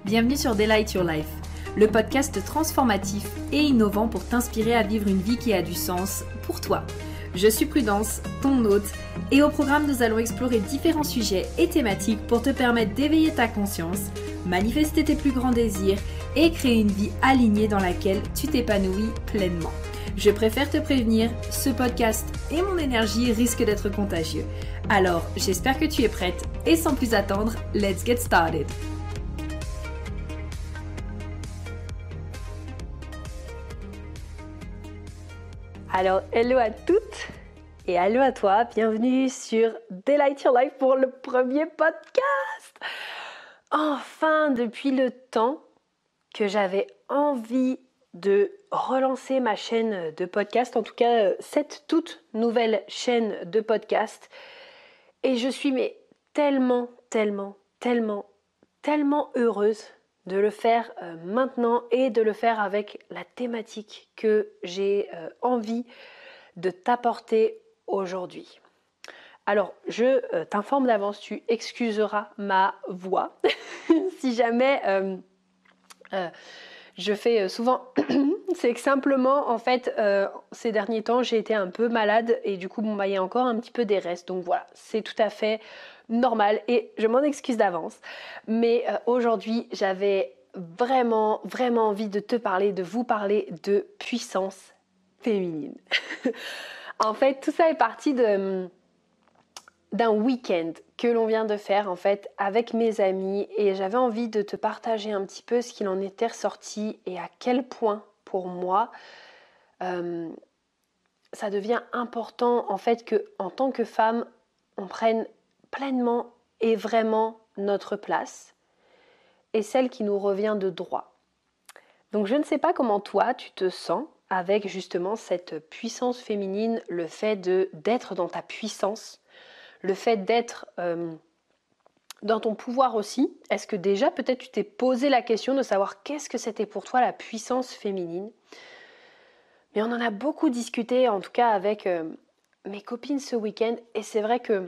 Bienvenue sur Delight Your Life, le podcast transformatif et innovant pour t'inspirer à vivre une vie qui a du sens pour toi. Je suis Prudence, ton hôte, et au programme nous allons explorer différents sujets et thématiques pour te permettre d'éveiller ta conscience, manifester tes plus grands désirs et créer une vie alignée dans laquelle tu t'épanouis pleinement. Je préfère te prévenir, ce podcast et mon énergie risquent d'être contagieux. Alors, j'espère que tu es prête et sans plus attendre, let's get started! Alors, hello à toutes et hello à toi, bienvenue sur Delight Your Life pour le premier podcast. Enfin, depuis le temps que j'avais envie de relancer ma chaîne de podcast, en tout cas cette toute nouvelle chaîne de podcast. Et je suis tellement heureuse de le faire maintenant et de le faire avec la thématique que j'ai envie de t'apporter aujourd'hui. Alors, je t'informe d'avance, tu excuseras ma voix. Si jamais je fais souvent, c'est que simplement, en fait, ces derniers temps, j'ai été un peu malade et du coup, il y a encore un petit peu des restes. Donc voilà, c'est tout à fait normal et je m'en excuse d'avance. Mais aujourd'hui, j'avais vraiment envie de vous parler de puissance féminine. En fait, tout ça est parti d'un week-end que l'on vient de faire en fait avec mes amis et j'avais envie de te partager un petit peu ce qu'il en était ressorti et à quel point pour moi ça devient important en fait que en tant que femme on prenne pleinement et vraiment notre place et celle qui nous revient de droit. Donc je ne sais pas comment toi tu te sens avec justement cette puissance féminine, le fait d'être dans ta puissance, le fait d'être dans ton pouvoir aussi. Est-ce que déjà peut-être tu t'es posé la question de savoir qu'est-ce que c'était pour toi la puissance féminine? Mais on en a beaucoup discuté en tout cas avec mes copines ce week-end et c'est vrai que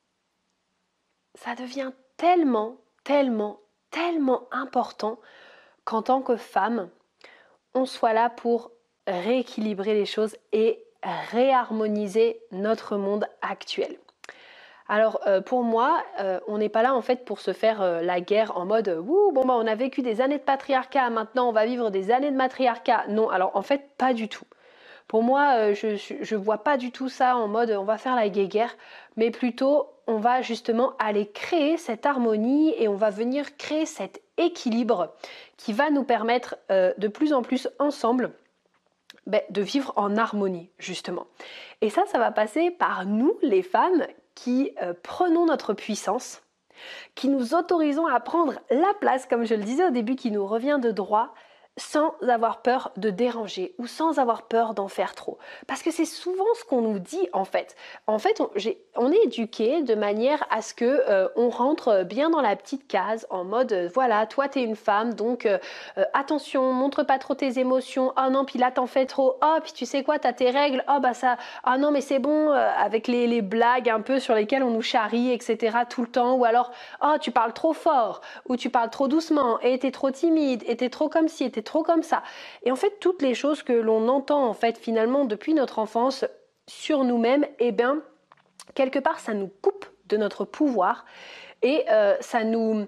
ça devient tellement important qu'en tant que femme, on soit là pour rééquilibrer les choses et réharmoniser notre monde actuel. Alors pour moi, on n'est pas là en fait pour se faire la guerre en mode on a vécu des années de patriarcat, maintenant on va vivre des années de matriarcat. Non, alors en fait pas du tout. Pour moi, je vois pas du tout ça en mode on va faire la guéguerre, mais plutôt on va justement aller créer cette harmonie et on va venir créer cet équilibre qui va nous permettre de plus en plus ensemble de vivre en harmonie justement. Et ça va passer par nous les femmes qui prenons notre puissance, qui nous autorisons à prendre la place, comme je le disais au début, qui nous revient de droit, sans avoir peur de déranger ou sans avoir peur d'en faire trop. Parce que c'est souvent ce qu'on nous dit en fait. En fait, on est éduqué de manière à ce que on rentre bien dans la petite case en mode voilà, toi t'es une femme, donc attention, montre pas trop tes émotions. Oh non, puis là t'en fais trop. Oh, puis tu sais quoi, t'as tes règles. Oh bah ça, ah non mais c'est bon, avec les blagues un peu sur lesquelles on nous charrie, etc. tout le temps. Ou alors, oh tu parles trop fort, ou tu parles trop doucement, et t'es trop timide, et t'es trop comme ci, et t'es trop comme ça. Et en fait, toutes les choses que l'on entend en fait finalement depuis notre enfance sur nous-mêmes, quelque part, ça nous coupe de notre pouvoir et ça nous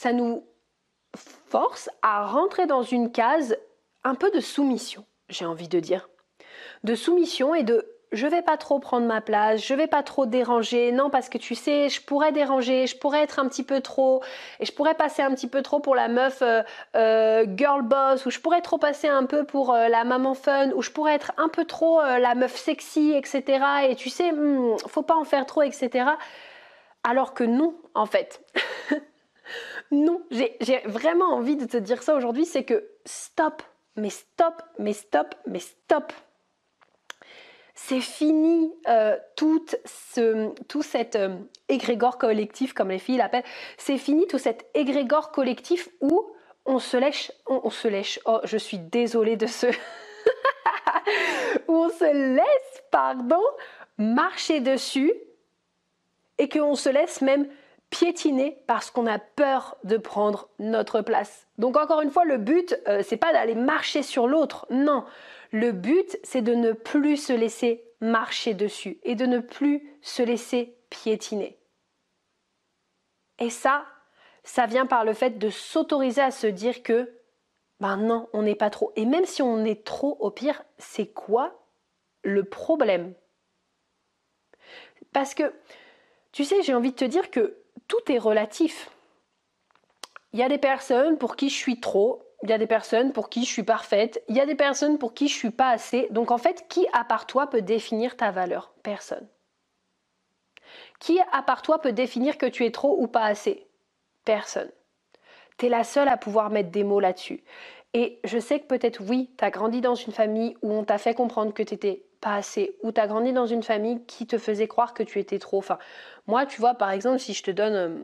force à rentrer dans une case un peu de soumission, j'ai envie de dire. De soumission et de je vais pas trop prendre ma place, je vais pas trop déranger, non parce que tu sais, je pourrais déranger, je pourrais être un petit peu trop, et je pourrais passer un petit peu trop pour la meuf girl boss, ou je pourrais trop passer un peu pour la maman fun, ou je pourrais être un peu trop la meuf sexy, etc. Et tu sais, faut pas en faire trop, etc. Alors que non, en fait. Non, j'ai vraiment envie de te dire ça aujourd'hui, c'est que stop. C'est fini tout cet égrégore collectif, comme les filles l'appellent. C'est fini tout cet égrégore collectif où on se lèche. Oh, je suis désolée de ce... où on se laisse, marcher dessus et qu'on se laisse même piétiner parce qu'on a peur de prendre notre place. Donc encore une fois, le but, c'est pas d'aller marcher sur l'autre, non. Le but, c'est de ne plus se laisser marcher dessus et de ne plus se laisser piétiner. Et ça vient par le fait de s'autoriser à se dire que, ben non, on n'est pas trop. Et même si on est trop, au pire, c'est quoi le problème? Parce que, tu sais, j'ai envie de te dire que tout est relatif. Il y a des personnes pour qui je suis trop, il y a des personnes pour qui je suis parfaite, il y a des personnes pour qui je suis pas assez. Donc en fait, qui à part toi peut définir ta valeur? Personne. Qui à part toi peut définir que tu es trop ou pas assez? Personne. Tu es la seule à pouvoir mettre des mots là-dessus. Et je sais que peut-être oui, tu as grandi dans une famille où on t'a fait comprendre que tu n'étais pas assez, ou tu as grandi dans une famille qui te faisait croire que tu étais trop. Enfin, moi, tu vois, par exemple, si je te donne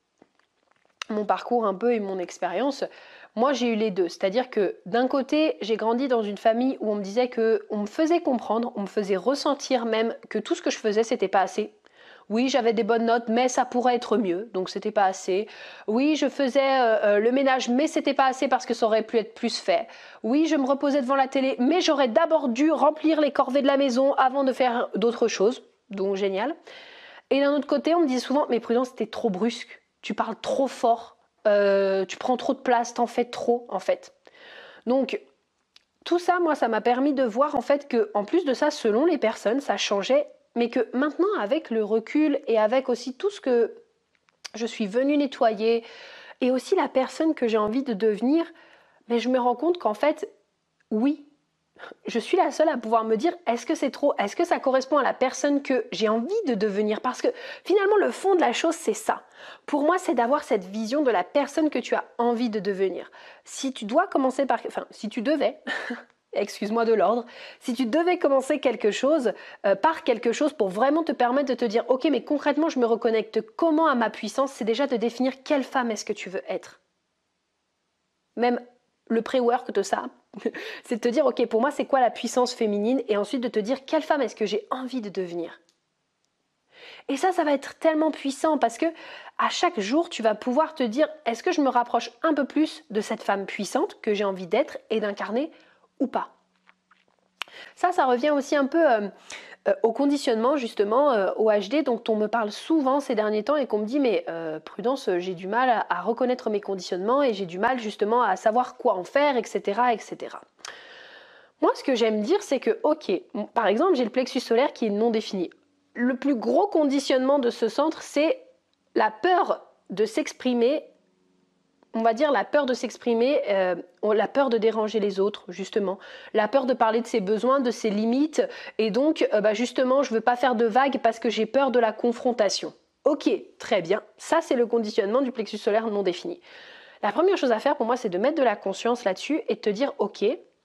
mon parcours un peu et mon expérience, moi j'ai eu les deux. C'est-à-dire que d'un côté, j'ai grandi dans une famille où on me disait on me faisait comprendre, on me faisait ressentir même que tout ce que je faisais, c'était pas assez. Oui, j'avais des bonnes notes, mais ça pourrait être mieux, donc c'était pas assez. Oui, je faisais le ménage, mais c'était pas assez parce que ça aurait pu être plus fait. Oui, je me reposais devant la télé, mais j'aurais d'abord dû remplir les corvées de la maison avant de faire d'autres choses, donc génial. Et d'un autre côté, on me disait souvent, mais Prudence, c'était trop brusque, tu parles trop fort, tu prends trop de place, t'en fais trop en fait. Donc tout ça, moi, ça m'a permis de voir en fait que, en plus de ça, selon les personnes, ça changeait, mais que maintenant, avec le recul et avec aussi tout ce que je suis venue nettoyer et aussi la personne que j'ai envie de devenir, mais je me rends compte qu'en fait, oui, je suis la seule à pouvoir me dire est-ce que c'est trop, est-ce que ça correspond à la personne que j'ai envie de devenir? Parce que finalement, le fond de la chose, c'est ça. Pour moi, c'est d'avoir cette vision de la personne que tu as envie de devenir. Si tu dois commencer par... Enfin, si tu devais... excuse-moi de l'ordre, si tu devais commencer quelque chose, par quelque chose pour vraiment te permettre de te dire ok, mais concrètement, je me reconnecte comment à ma puissance, c'est déjà de définir quelle femme est-ce que tu veux être. Même le pré-work de ça, c'est de te dire ok, pour moi, c'est quoi la puissance féminine et ensuite de te dire quelle femme est-ce que j'ai envie de devenir. Et ça va être tellement puissant parce que à chaque jour, tu vas pouvoir te dire est-ce que je me rapproche un peu plus de cette femme puissante que j'ai envie d'être et d'incarner ou pas. Ça revient aussi un peu au conditionnement justement, au HD dont on me parle souvent ces derniers temps et qu'on me dit mais Prudence, j'ai du mal à reconnaître mes conditionnements et j'ai du mal justement à savoir quoi en faire, etc. etc. Moi, ce que j'aime dire, c'est que, ok, par exemple, j'ai le plexus solaire qui est non défini. Le plus gros conditionnement de ce centre, c'est la peur de s'exprimer, on va dire la peur de s'exprimer, la peur de déranger les autres, justement. La peur de parler de ses besoins, de ses limites. Et donc, justement, je ne veux pas faire de vagues parce que j'ai peur de la confrontation. Ok, très bien. Ça, c'est le conditionnement du plexus solaire non défini. La première chose à faire pour moi, c'est de mettre de la conscience là-dessus et de te dire, ok,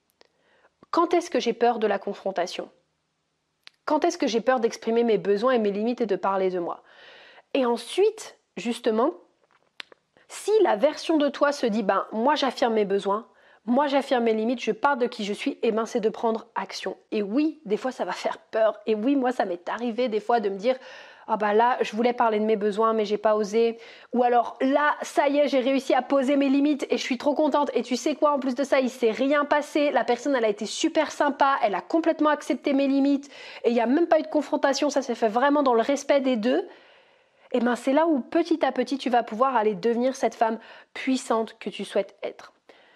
quand est-ce que j'ai peur de la confrontation? Quand est-ce que j'ai peur d'exprimer mes besoins et mes limites et de parler de moi? Et ensuite, justement, si la version de toi se dit moi j'affirme mes besoins, moi j'affirme mes limites, je parle de qui je suis, et c'est de prendre action. Et oui, des fois ça va faire peur. Et oui, moi ça m'est arrivé des fois de me dire là je voulais parler de mes besoins mais j'ai pas osé. Ou alors là ça y est, j'ai réussi à poser mes limites et je suis trop contente. Et tu sais quoi, en plus de ça, il s'est rien passé. La personne elle a été super sympa, elle a complètement accepté mes limites et il n'y a même pas eu de confrontation. Ça s'est fait vraiment dans le respect des deux. Et c'est là où petit à petit tu vas pouvoir aller devenir cette femme puissante que tu souhaites être.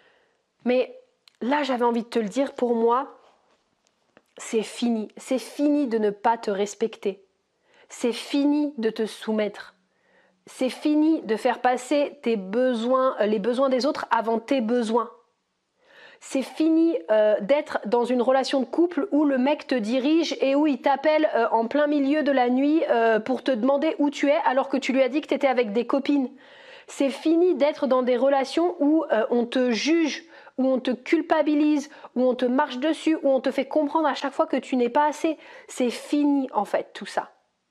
Mais là j'avais envie de te le dire, pour moi c'est fini de ne pas te respecter, c'est fini de te soumettre, c'est fini de faire passer tes besoins, les besoins des autres avant tes besoins. C'est fini d'être dans une relation de couple où le mec te dirige et où il t'appelle en plein milieu de la nuit pour te demander où tu es alors que tu lui as dit que tu étais avec des copines. C'est fini d'être dans des relations où on te juge, où on te culpabilise, où on te marche dessus, où on te fait comprendre à chaque fois que tu n'es pas assez. C'est fini en fait tout ça.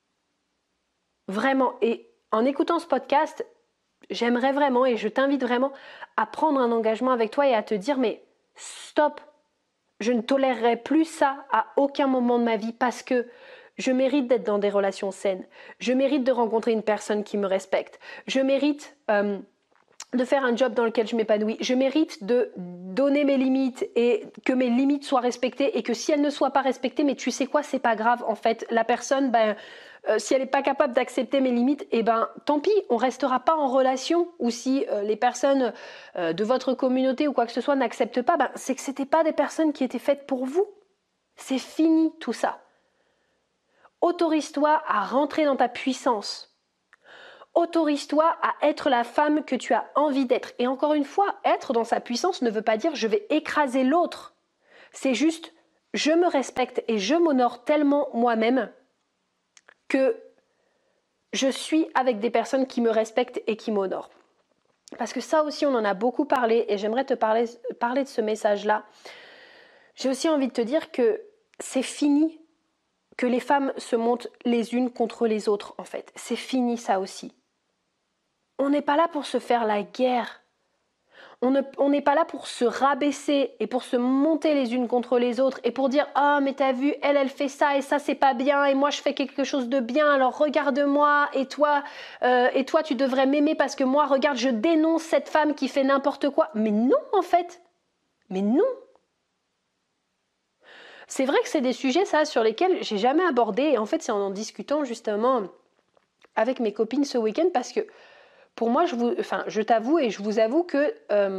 Vraiment. Et en écoutant ce podcast, j'aimerais vraiment et je t'invite vraiment à prendre un engagement avec toi et à te dire mais stop, je ne tolérerai plus ça à aucun moment de ma vie parce que Je mérite d'être dans des relations saines. Je mérite de rencontrer une personne qui me respecte. Je mérite de faire un job dans lequel je m'épanouis. Je mérite de donner mes limites et que mes limites soient respectées et que si elles ne soient pas respectées, mais tu sais quoi, c'est pas grave. En fait, la personne, si elle n'est pas capable d'accepter mes limites, tant pis, on restera pas en relation. Ou si les personnes de votre communauté ou quoi que ce soit n'acceptent pas, c'est que c'était pas des personnes qui étaient faites pour vous. C'est fini tout ça. Autorise-toi à rentrer dans ta puissance. Autorise-toi à être la femme que tu as envie d'être. Et encore une fois, être dans sa puissance ne veut pas dire je vais écraser l'autre. C'est juste je me respecte et je m'honore tellement moi-même que je suis avec des personnes qui me respectent et qui m'honorent. Parce que ça aussi, on en a beaucoup parlé et j'aimerais te parler de ce message-là. J'ai aussi envie de te dire que c'est fini que les femmes se montent les unes contre les autres, en fait. C'est fini ça aussi. On n'est pas là pour se faire la guerre. On n'est pas là pour se rabaisser et pour se monter les unes contre les autres et pour dire « Ah, mais t'as vu, elle fait ça et ça, c'est pas bien et moi, je fais quelque chose de bien, alors regarde-moi et toi, tu devrais m'aimer parce que moi, regarde, je dénonce cette femme qui fait n'importe quoi. » Mais non, en fait. Mais non. C'est vrai que c'est des sujets, ça, sur lesquels j'ai jamais abordé. Et en fait, c'est en discutant justement avec mes copines ce week-end parce que pour moi, je t'avoue et je vous avoue que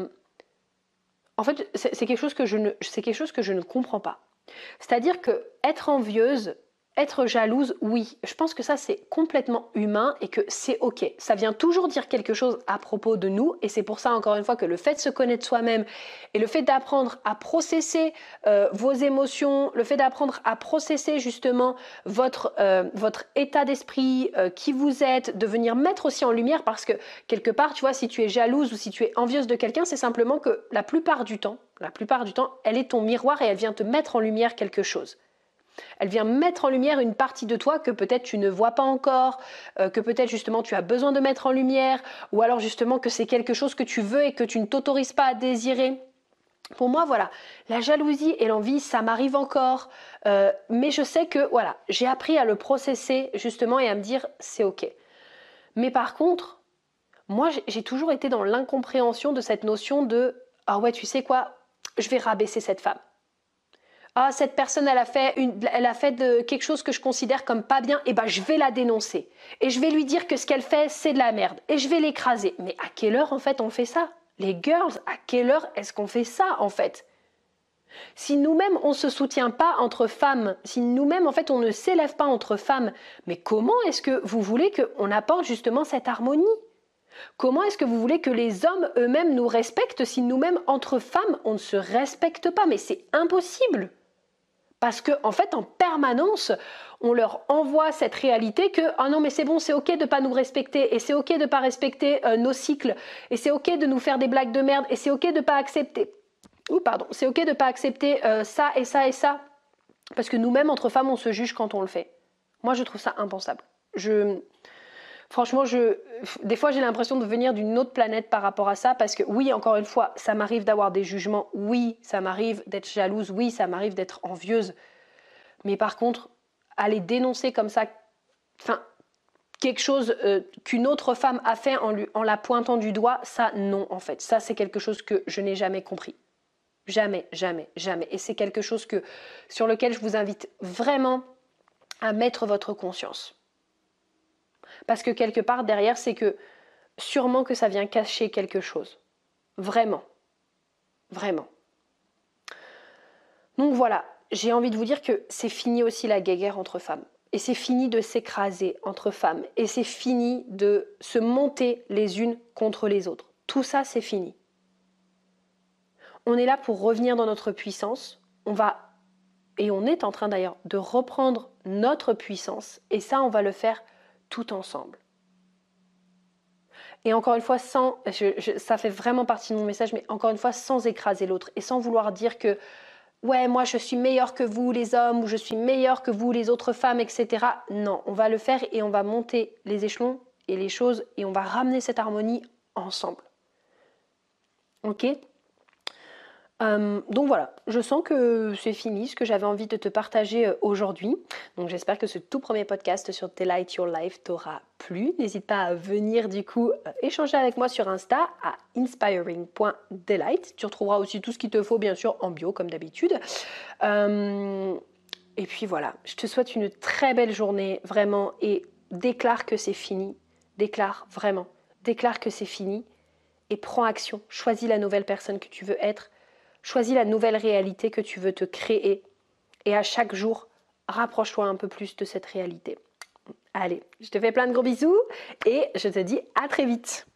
en fait, c'est quelque chose que je ne comprends pas. C'est-à-dire que être envieuse, être jalouse, oui, je pense que ça c'est complètement humain et que c'est ok. Ça vient toujours dire quelque chose à propos de nous et c'est pour ça encore une fois que le fait de se connaître soi-même et le fait d'apprendre à processer vos émotions, le fait d'apprendre à processer justement votre état d'esprit, qui vous êtes, de venir mettre aussi en lumière parce que quelque part, tu vois, si tu es jalouse ou si tu es envieuse de quelqu'un, c'est simplement que la plupart du temps, elle est ton miroir et elle vient te mettre en lumière quelque chose. Elle vient mettre en lumière une partie de toi que peut-être tu ne vois pas encore, que peut-être justement tu as besoin de mettre en lumière, ou alors justement que c'est quelque chose que tu veux et que tu ne t'autorises pas à désirer. Pour moi, voilà, la jalousie et l'envie, ça m'arrive encore, mais je sais que voilà, j'ai appris à le processer justement et à me dire c'est ok. Mais par contre, moi j'ai toujours été dans l'incompréhension de cette notion de ah ouais, tu sais quoi, je vais rabaisser cette femme. Ah, cette personne, elle a fait quelque chose que je considère comme pas bien, et je vais la dénoncer. Et je vais lui dire que ce qu'elle fait, c'est de la merde. Et je vais l'écraser. Mais à quelle heure, en fait, on fait ça? Les girls, à quelle heure est-ce qu'on fait ça, en fait? Si nous-mêmes, on ne se soutient pas entre femmes, si nous-mêmes, en fait, on ne s'élève pas entre femmes, mais comment est-ce que vous voulez qu'on apporte justement cette harmonie? Comment est-ce que vous voulez que les hommes eux-mêmes nous respectent si nous-mêmes, entre femmes, on ne se respecte pas? Mais c'est impossible! Parce qu'en fait, en permanence, on leur envoie cette réalité que « Ah non, mais c'est bon, c'est ok de ne pas nous respecter, et c'est ok de ne pas respecter nos cycles, et c'est ok de nous faire des blagues de merde, et c'est ok de ne pas accepter... » c'est ok de ne pas accepter ça et ça et ça. Parce que nous-mêmes, entre femmes, on se juge quand on le fait. Moi, je trouve ça impensable. Franchement, des fois, j'ai l'impression de venir d'une autre planète par rapport à ça, parce que oui, encore une fois, ça m'arrive d'avoir des jugements, oui, ça m'arrive d'être jalouse, oui, ça m'arrive d'être envieuse. Mais par contre, aller dénoncer comme ça, quelque chose qu'une autre femme a fait en la pointant du doigt, ça, non, en fait. Ça, c'est quelque chose que je n'ai jamais compris. Jamais, jamais, jamais. Et c'est quelque chose sur lequel je vous invite vraiment à mettre votre conscience. Parce que quelque part derrière, c'est que sûrement que ça vient cacher quelque chose. Vraiment. Vraiment. Donc voilà, j'ai envie de vous dire que c'est fini aussi la guéguerre entre femmes. Et c'est fini de s'écraser entre femmes. Et c'est fini de se monter les unes contre les autres. Tout ça, c'est fini. On est là pour revenir dans notre puissance. Et on est en train d'ailleurs de reprendre notre puissance. Et ça, on va le faire tout ensemble. Et encore une fois, ça fait vraiment partie de mon message, mais encore une fois, sans écraser l'autre et sans vouloir dire que ouais, moi je suis meilleure que vous les hommes ou je suis meilleure que vous les autres femmes, etc. Non, on va le faire et on va monter les échelons et les choses et on va ramener cette harmonie ensemble. Ok ? Donc voilà, je sens que c'est fini ce que j'avais envie de te partager aujourd'hui. Donc j'espère que ce tout premier podcast sur Delight Your Life t'aura plu. N'hésite pas à venir du coup échanger avec moi sur Insta à inspiring.delight. Tu retrouveras aussi tout ce qu'il te faut bien sûr en bio comme d'habitude. Et puis voilà, je te souhaite une très belle journée vraiment et déclare que c'est fini. Déclare vraiment, déclare que c'est fini et prends action. Choisis la nouvelle personne que tu veux être. Choisis la nouvelle réalité que tu veux te créer et à chaque jour, rapproche-toi un peu plus de cette réalité. Allez, je te fais plein de gros bisous et je te dis à très vite.